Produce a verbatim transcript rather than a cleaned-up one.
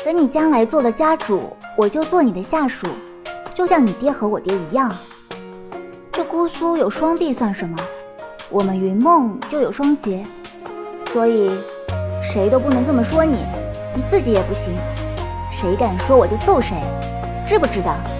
等你将来做了家主，我就做你的下属，就像你爹和我爹一样。这姑苏有双璧算什么？我们云梦就有双节，所以谁都不能这么说你，你自己也不行。谁敢说我就揍谁，知不知道？